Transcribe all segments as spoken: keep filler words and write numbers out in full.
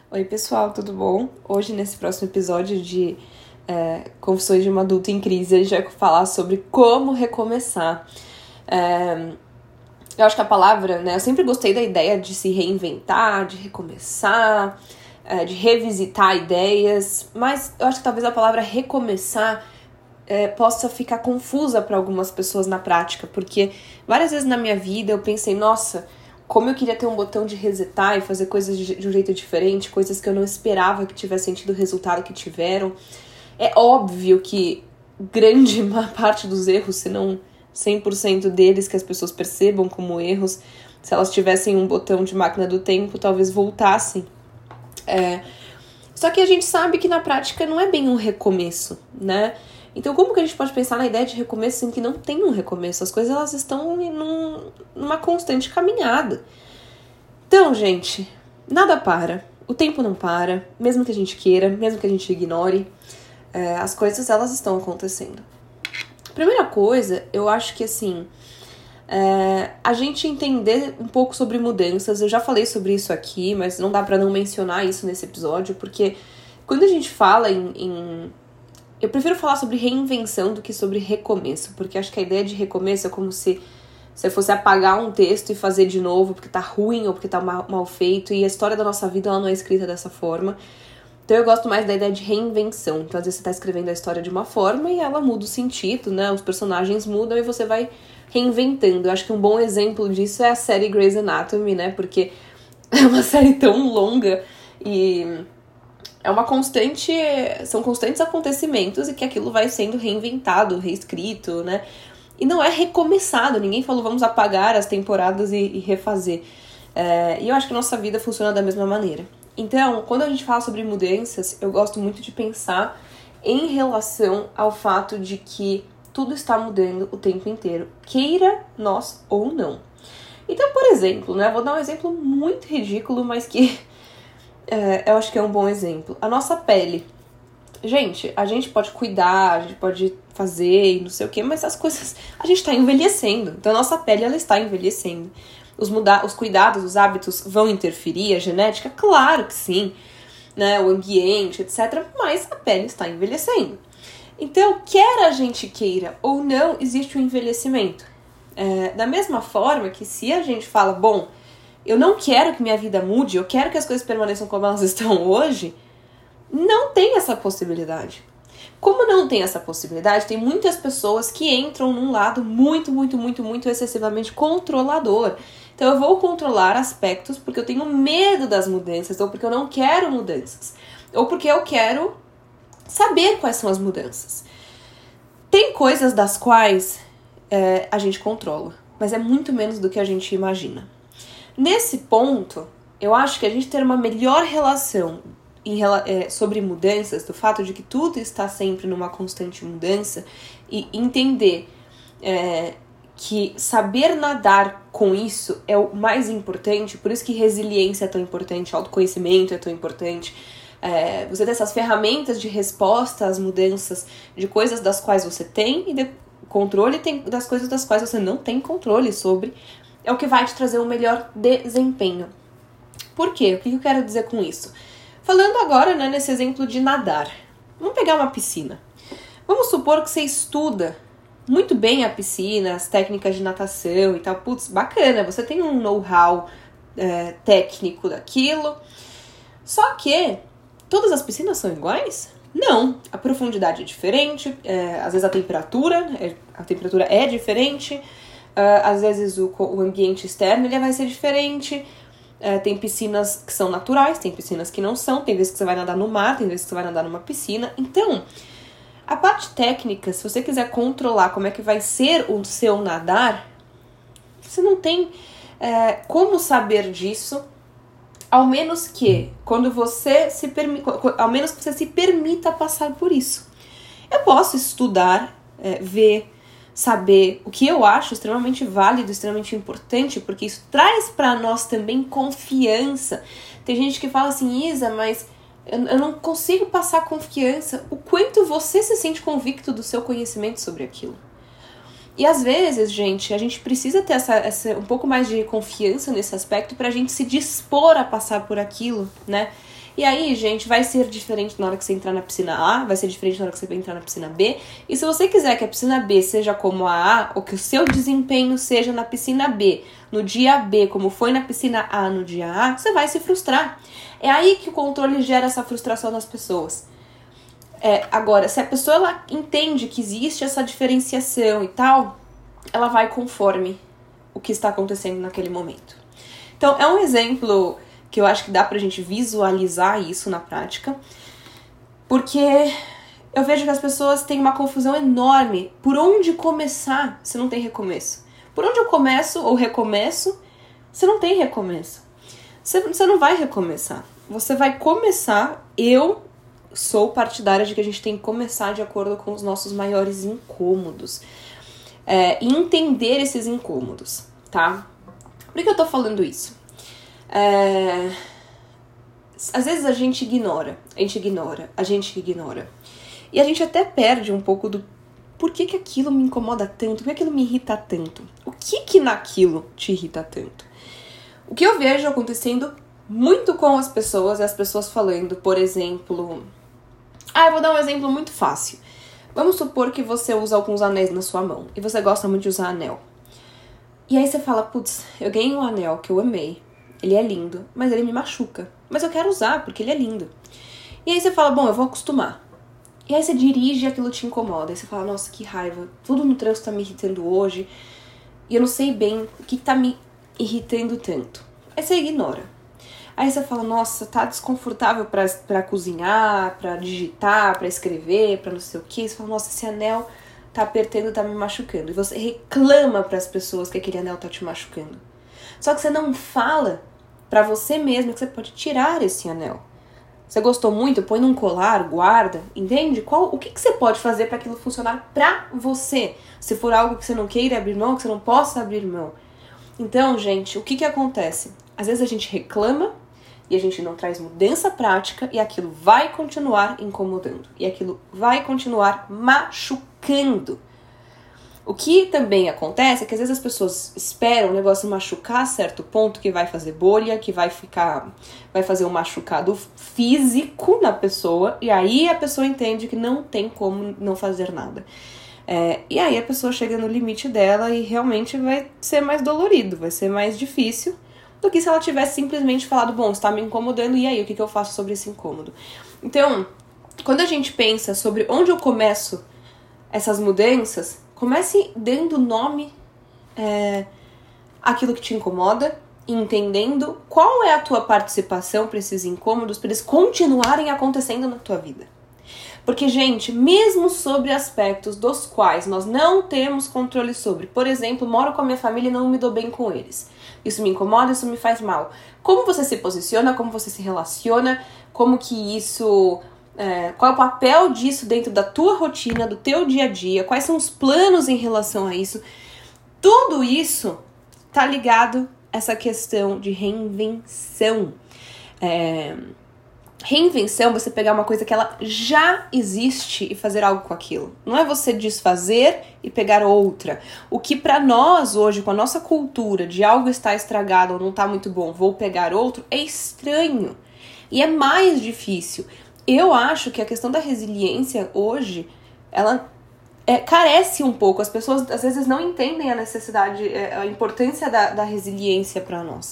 Oi pessoal, tudo bom? Hoje nesse próximo episódio de é, Confissões de uma Adulta em Crise, a gente vai falar sobre como recomeçar. É, eu acho que a palavra, né, eu sempre gostei da ideia de se reinventar, de recomeçar, é, de revisitar ideias, mas eu acho que talvez a palavra recomeçar é, possa ficar confusa para algumas pessoas na prática, porque várias vezes na minha vida eu pensei, nossa, como eu queria ter um botão de resetar e fazer coisas de, de um jeito diferente, coisas que eu não esperava que tivessem tido o resultado que tiveram. É óbvio que grande parte dos erros, se não cem por cento deles que as pessoas percebam como erros, se elas tivessem um botão de máquina do tempo, talvez voltassem. É... Só que a gente sabe que na prática não é bem um recomeço, né? Então, como que a gente pode pensar na ideia de recomeço sendo que não tem um recomeço? As coisas, elas estão num, numa constante caminhada. Então, gente, nada para. O tempo não para, mesmo que a gente queira, mesmo que a gente ignore. É, as coisas, elas estão acontecendo. Primeira coisa, eu acho que, assim, é, a gente entender um pouco sobre mudanças. Eu já falei sobre isso aqui, mas não dá pra não mencionar isso nesse episódio, porque quando a gente fala em... em Eu prefiro falar sobre reinvenção do que sobre recomeço, porque acho que a ideia de recomeço é como se você fosse apagar um texto e fazer de novo porque tá ruim ou porque tá mal, mal feito, e a história da nossa vida ela não é escrita dessa forma. Então eu gosto mais da ideia de reinvenção. Então às vezes você tá escrevendo a história de uma forma e ela muda o sentido, né? Os personagens mudam e você vai reinventando. Eu acho que um bom exemplo disso é a série Grey's Anatomy, né? Porque é uma série tão longa e... É uma constante, são constantes acontecimentos e que aquilo vai sendo reinventado, reescrito, né? E não é recomeçado, ninguém falou vamos apagar as temporadas e, e refazer. É, e eu acho que a nossa vida funciona da mesma maneira. Então, quando a gente fala sobre mudanças, eu gosto muito de pensar em relação ao fato de que tudo está mudando o tempo inteiro, queira nós ou não. Então, por exemplo, né, vou dar um exemplo muito ridículo, mas que... É, eu acho que é um bom exemplo. A nossa pele. Gente, a gente pode cuidar, a gente pode fazer e não sei o que, mas as coisas... A gente tá envelhecendo. Então a nossa pele, ela está envelhecendo. Os, muda, os cuidados, os hábitos vão interferir? A genética? Claro que sim. Né? O ambiente, etcétera. Mas a pele está envelhecendo. Então, quer a gente queira ou não, existe um envelhecimento. É, da mesma forma que se a gente fala, bom... eu não quero que minha vida mude, eu quero que as coisas permaneçam como elas estão hoje, não tem essa possibilidade. Como não tem essa possibilidade, tem muitas pessoas que entram num lado muito, muito, muito, muito excessivamente controlador. Então eu vou controlar aspectos porque eu tenho medo das mudanças, ou porque eu não quero mudanças, ou porque eu quero saber quais são as mudanças. Tem coisas das quais é, a gente controla, mas é muito menos do que a gente imagina. Nesse ponto, eu acho que a gente ter uma melhor relação em, é, sobre mudanças, do fato de que tudo está sempre numa constante mudança, e entender é, que saber nadar com isso é o mais importante, por isso que resiliência é tão importante, autoconhecimento é tão importante, é, você ter essas ferramentas de resposta às mudanças de coisas das quais você tem e de controle tem, das coisas das quais você não tem controle sobre, é o que vai te trazer um melhor desempenho. Por quê? O que eu quero dizer com isso? Falando agora, né, nesse exemplo de nadar. Vamos pegar uma piscina. Vamos supor que você estuda muito bem a piscina, as técnicas de natação e tal. Putz, bacana, você tem um know-how é, técnico daquilo. Só que todas as piscinas são iguais? Não. A profundidade é diferente, é, às vezes a temperatura, é, a temperatura é diferente. Uh, às vezes o, o ambiente externo ele vai ser diferente, uh, tem piscinas que são naturais, tem piscinas que não são, tem vezes que você vai nadar no mar, tem vezes que você vai nadar numa piscina. Então, a parte técnica, se você quiser controlar como é que vai ser o seu nadar, você não tem uh, como saber disso, ao menos que quando você se permi- ao menos que você se permita passar por isso. Eu posso estudar, uh, ver, saber o que eu acho extremamente válido, extremamente importante, porque isso traz para nós também confiança. Tem gente que fala assim, Isa, mas eu, eu não consigo passar confiança. O quanto você se sente convicto do seu conhecimento sobre aquilo. E às vezes, gente, a gente precisa ter essa, essa, um pouco mais de confiança nesse aspecto pra gente se dispor a passar por aquilo, né? E aí, gente, vai ser diferente na hora que você entrar na piscina A, vai ser diferente na hora que você entrar na piscina B. E se você quiser que a piscina B seja como a A, ou que o seu desempenho seja na piscina B, no dia B, como foi na piscina A no dia A, você vai se frustrar. É aí que o controle gera essa frustração nas pessoas. É, agora, se a pessoa ela entende que existe essa diferenciação e tal, ela vai conforme o que está acontecendo naquele momento. Então, é um exemplo que eu acho que dá pra gente visualizar isso na prática, porque eu vejo que as pessoas têm uma confusão enorme. Por onde começar se não tem recomeço? Por onde eu começo ou recomeço, se não tem recomeço? Você, você não vai recomeçar. Você vai começar, eu sou partidária de que a gente tem que começar de acordo com os nossos maiores incômodos. É, e entender esses incômodos, tá? Por que eu tô falando isso? É... Às vezes a gente ignora, a gente ignora, a gente ignora. E a gente até perde um pouco do por que que aquilo me incomoda tanto, por que aquilo me irrita tanto. O que que naquilo te irrita tanto? O que eu vejo acontecendo muito com as pessoas, é as pessoas falando, por exemplo... Ah, eu vou dar um exemplo muito fácil. Vamos supor que você usa alguns anéis na sua mão, e você gosta muito de usar anel. E aí você fala, putz, eu ganhei um anel que eu amei, ele é lindo, mas ele me machuca. Mas eu quero usar, porque ele é lindo. E aí você fala, bom, eu vou acostumar. E aí você dirige e aquilo te incomoda. Aí você fala, nossa, que raiva, tudo no trânsito tá me irritando hoje, e eu não sei bem o que tá me irritando tanto. Aí você ignora. Aí você fala, nossa, tá desconfortável pra, pra cozinhar, pra digitar, pra escrever, pra não sei o que. Você fala, nossa, esse anel tá apertando, tá me machucando. E você reclama pras pessoas que aquele anel tá te machucando. Só que você não fala pra você mesmo que você pode tirar esse anel. Você gostou muito? Põe num colar, guarda, entende? Qual, o que, que você pode fazer pra aquilo funcionar pra você? Se for algo que você não queira abrir mão, que você não possa abrir mão. Então, gente, o que que acontece? Às vezes a gente reclama e a gente não traz mudança prática e aquilo vai continuar incomodando. E aquilo vai continuar machucando. O que também acontece é que às vezes as pessoas esperam o negócio machucar a certo ponto que vai fazer bolha, que vai ficar, vai fazer um machucado físico na pessoa, e aí a pessoa entende que não tem como não fazer nada. É, e aí a pessoa chega no limite dela e realmente vai ser mais dolorido, vai ser mais difícil do que se ela tivesse simplesmente falado, bom, está me incomodando, e aí, o que, que eu faço sobre esse incômodo? Então, quando a gente pensa sobre onde eu começo essas mudanças, comece dando nome é, àquilo que te incomoda, entendendo qual é a tua participação para esses incômodos, para eles continuarem acontecendo na tua vida. Porque, gente, mesmo sobre aspectos dos quais nós não temos controle sobre, por exemplo, moro com a minha família e não me dou bem com eles. Isso me incomoda, isso me faz mal. Como você se posiciona, como você se relaciona, como que isso... É, qual é o papel disso dentro da tua rotina, do teu dia a dia, quais são os planos em relação a isso. Tudo isso tá ligado a essa questão de reinvenção. É... Reinvenção, você pegar uma coisa que ela já existe e fazer algo com aquilo. Não é você desfazer e pegar outra. O que pra nós hoje, com a nossa cultura de algo está estragado ou não tá muito bom, vou pegar outro, é estranho. E é mais difícil. Eu acho que a questão da resiliência hoje, ela é, carece um pouco. As pessoas às vezes não entendem a necessidade, a importância da, da resiliência pra nós.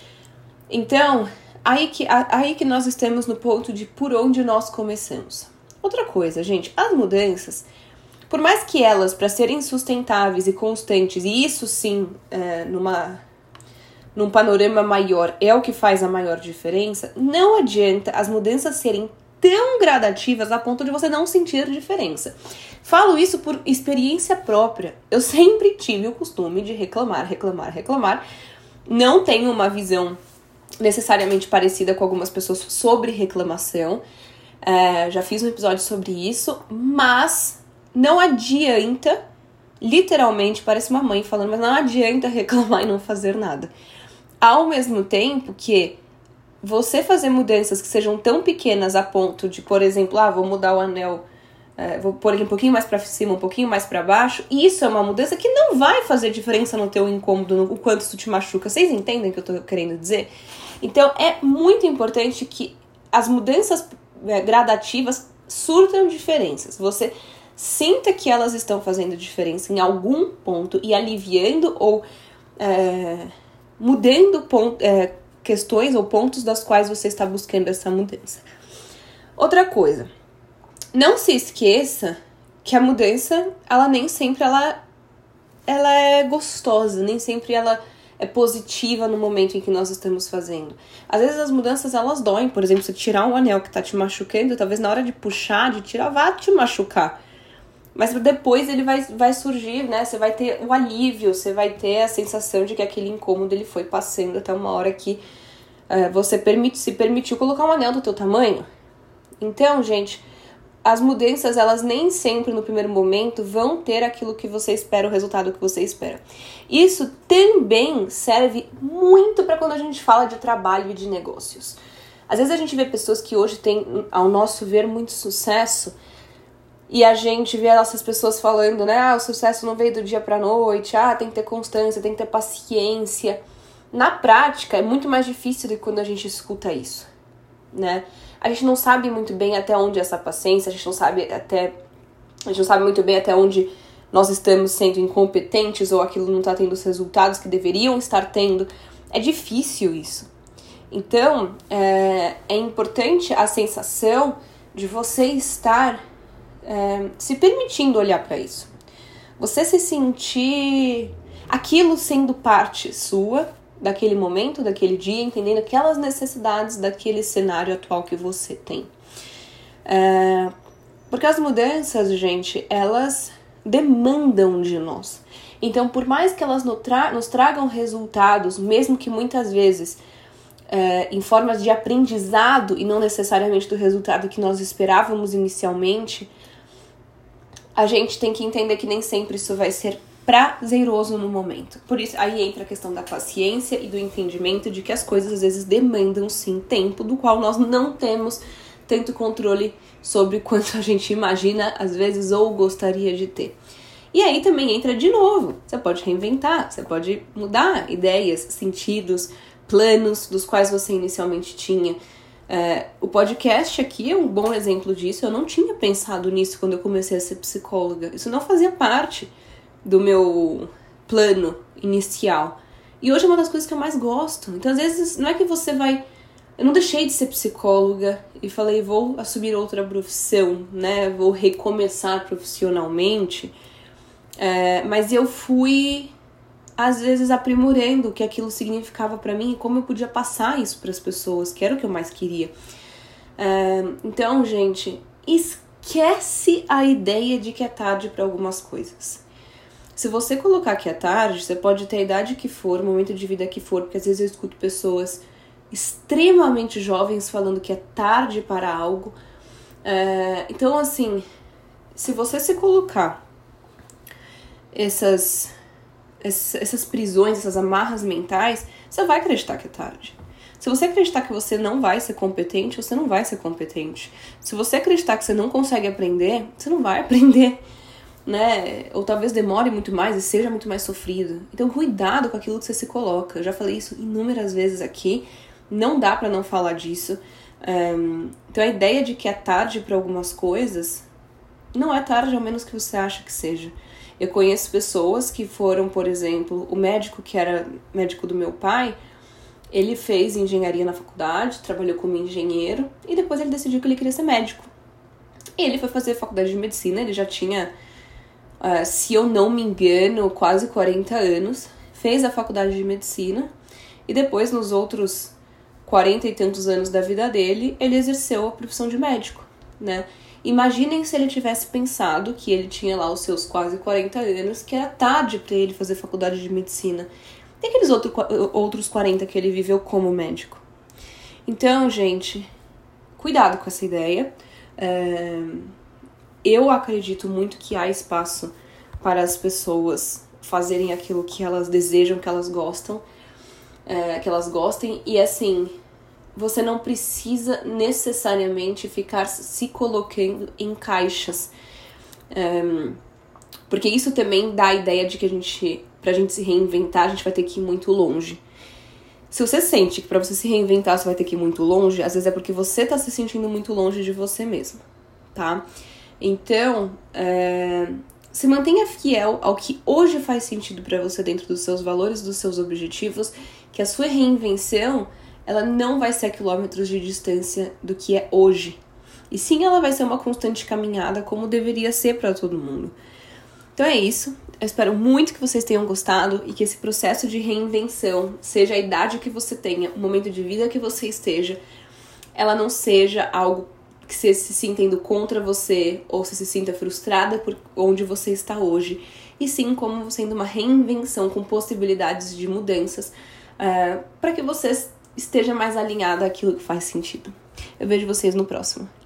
Então... Aí que, aí que nós estamos no ponto de por onde nós começamos. Outra coisa, gente, as mudanças, por mais que elas, para serem sustentáveis e constantes, e isso sim, é, numa, num panorama maior, é o que faz a maior diferença, não adianta as mudanças serem tão gradativas a ponto de você não sentir diferença. Falo isso por experiência própria. Eu sempre tive o costume de reclamar, reclamar, reclamar. Não tenho uma visão necessariamente parecida com algumas pessoas sobre reclamação. É, já fiz um episódio sobre isso, mas não adianta, literalmente, parece uma mãe falando, mas não adianta reclamar e não fazer nada. Ao mesmo tempo que você fazer mudanças que sejam tão pequenas a ponto de, por exemplo, ah, vou mudar o anel, é, vou pôr ele um pouquinho mais pra cima, um pouquinho mais pra baixo, isso é uma mudança que não vai fazer diferença no teu incômodo, no o quanto isso te machuca. Vocês entendem o que eu tô querendo dizer? Então, é muito importante que as mudanças é, gradativas surtam diferenças. Você sinta que elas estão fazendo diferença em algum ponto e aliviando ou é, mudando ponto, é, questões ou pontos das quais você está buscando essa mudança. Outra coisa, não se esqueça que a mudança, ela nem sempre ela, ela é gostosa, nem sempre ela é positiva no momento em que nós estamos fazendo. Às vezes as mudanças, elas doem. Por exemplo, você tirar um anel que está te machucando, talvez na hora de puxar, de tirar, vá te machucar. Mas depois ele vai, vai surgir, né? Você vai ter o alívio, você vai ter a sensação de que aquele incômodo ele foi passando até uma hora que uh, você permite, se permitiu colocar um anel do teu tamanho. Então, gente, as mudanças, elas nem sempre no primeiro momento vão ter aquilo que você espera, o resultado que você espera. Isso também serve muito para quando a gente fala de trabalho e de negócios. Às vezes a gente vê pessoas que hoje têm, ao nosso ver, muito sucesso, e a gente vê essas pessoas falando, né, ah, o sucesso não veio do dia pra noite, ah, tem que ter constância, tem que ter paciência. Na prática, é muito mais difícil do que quando a gente escuta isso, né? A gente não sabe muito bem até onde é essa paciência, a gente não sabe até, a gente não sabe muito bem até onde nós estamos sendo incompetentes ou aquilo não está tendo os resultados que deveriam estar tendo. É difícil isso. Então, é, é importante a sensação de você estar é, se permitindo olhar para isso. Você se sentir aquilo sendo parte sua, daquele momento, daquele dia, entendendo aquelas necessidades daquele cenário atual que você tem. É, porque as mudanças, gente, elas demandam de nós. Então, por mais que elas nos, tra- nos tragam resultados, mesmo que muitas vezes é, em formas de aprendizado e não necessariamente do resultado que nós esperávamos inicialmente, a gente tem que entender que nem sempre isso vai ser prazeroso no momento. Por isso, aí entra a questão da paciência e do entendimento de que as coisas às vezes demandam sim tempo, do qual nós não temos tanto controle sobre quanto a gente imagina, às vezes, ou gostaria de ter. E aí também entra de novo, você pode reinventar, você pode mudar ideias, sentidos, planos dos quais você inicialmente tinha. É, o podcast aqui é um bom exemplo disso. Eu não tinha pensado nisso quando eu comecei a ser psicóloga. Isso não fazia parte do meu plano inicial. E hoje é uma das coisas que eu mais gosto. Então, às vezes, não é que você vai... Eu não deixei de ser psicóloga e falei, vou assumir outra profissão, né? Vou recomeçar profissionalmente. É, mas eu fui, às vezes, aprimorando o que aquilo significava pra mim e como eu podia passar isso pras pessoas, que era o que eu mais queria. É, então, gente, esquece a ideia de que é tarde pra algumas coisas. Se você colocar que é tarde, você pode ter a idade que for, o momento de vida que for, porque às vezes eu escuto pessoas extremamente jovens falando que é tarde para algo. É, então, assim, se você se colocar essas, essas prisões, essas amarras mentais, você vai acreditar que é tarde. Se você acreditar que você não vai ser competente, você não vai ser competente. Se você acreditar que você não consegue aprender, você não vai aprender. Né? Ou talvez demore muito mais e seja muito mais sofrido. Então, cuidado com aquilo que você se coloca. Eu já falei isso inúmeras vezes aqui. Não dá pra não falar disso. Um, então, a ideia de que é tarde pra algumas coisas não é tarde, ao menos que você acha que seja. Eu conheço pessoas que foram, por exemplo, o médico que era médico do meu pai, ele fez engenharia na faculdade, trabalhou como engenheiro e depois ele decidiu que ele queria ser médico. E ele foi fazer faculdade de medicina, ele já tinha... Uh, se eu não me engano, quase quarenta anos, fez a faculdade de medicina e depois, nos outros quarenta e tantos anos da vida dele, ele exerceu a profissão de médico, né? Imaginem se ele tivesse pensado que ele tinha lá os seus quase quarenta anos, que era tarde para ele fazer faculdade de medicina. E aqueles outro, outros quarenta que ele viveu como médico. Então, gente, cuidado com essa ideia. Uh, Eu acredito muito que há espaço para as pessoas fazerem aquilo que elas desejam, que elas gostam, é, que elas gostem. E assim, você não precisa necessariamente ficar se colocando em caixas. É, porque isso também dá a ideia de que a gente, pra gente se reinventar, a gente vai ter que ir muito longe. Se você sente que pra você se reinventar você vai ter que ir muito longe, às vezes é porque você tá se sentindo muito longe de você mesmo, tá? Então, é... se mantenha fiel ao que hoje faz sentido pra você dentro dos seus valores, dos seus objetivos, que a sua reinvenção, ela não vai ser a quilômetros de distância do que é hoje. E sim, ela vai ser uma constante caminhada, como deveria ser pra todo mundo. Então é isso. Eu espero muito que vocês tenham gostado e que esse processo de reinvenção, seja a idade que você tenha, o momento de vida que você esteja, ela não seja algo que você se sinta indo contra você ou você se sinta frustrada por onde você está hoje, e sim como sendo uma reinvenção com possibilidades de mudanças, uh, para que você esteja mais alinhada àquilo que faz sentido. Eu vejo vocês no próximo.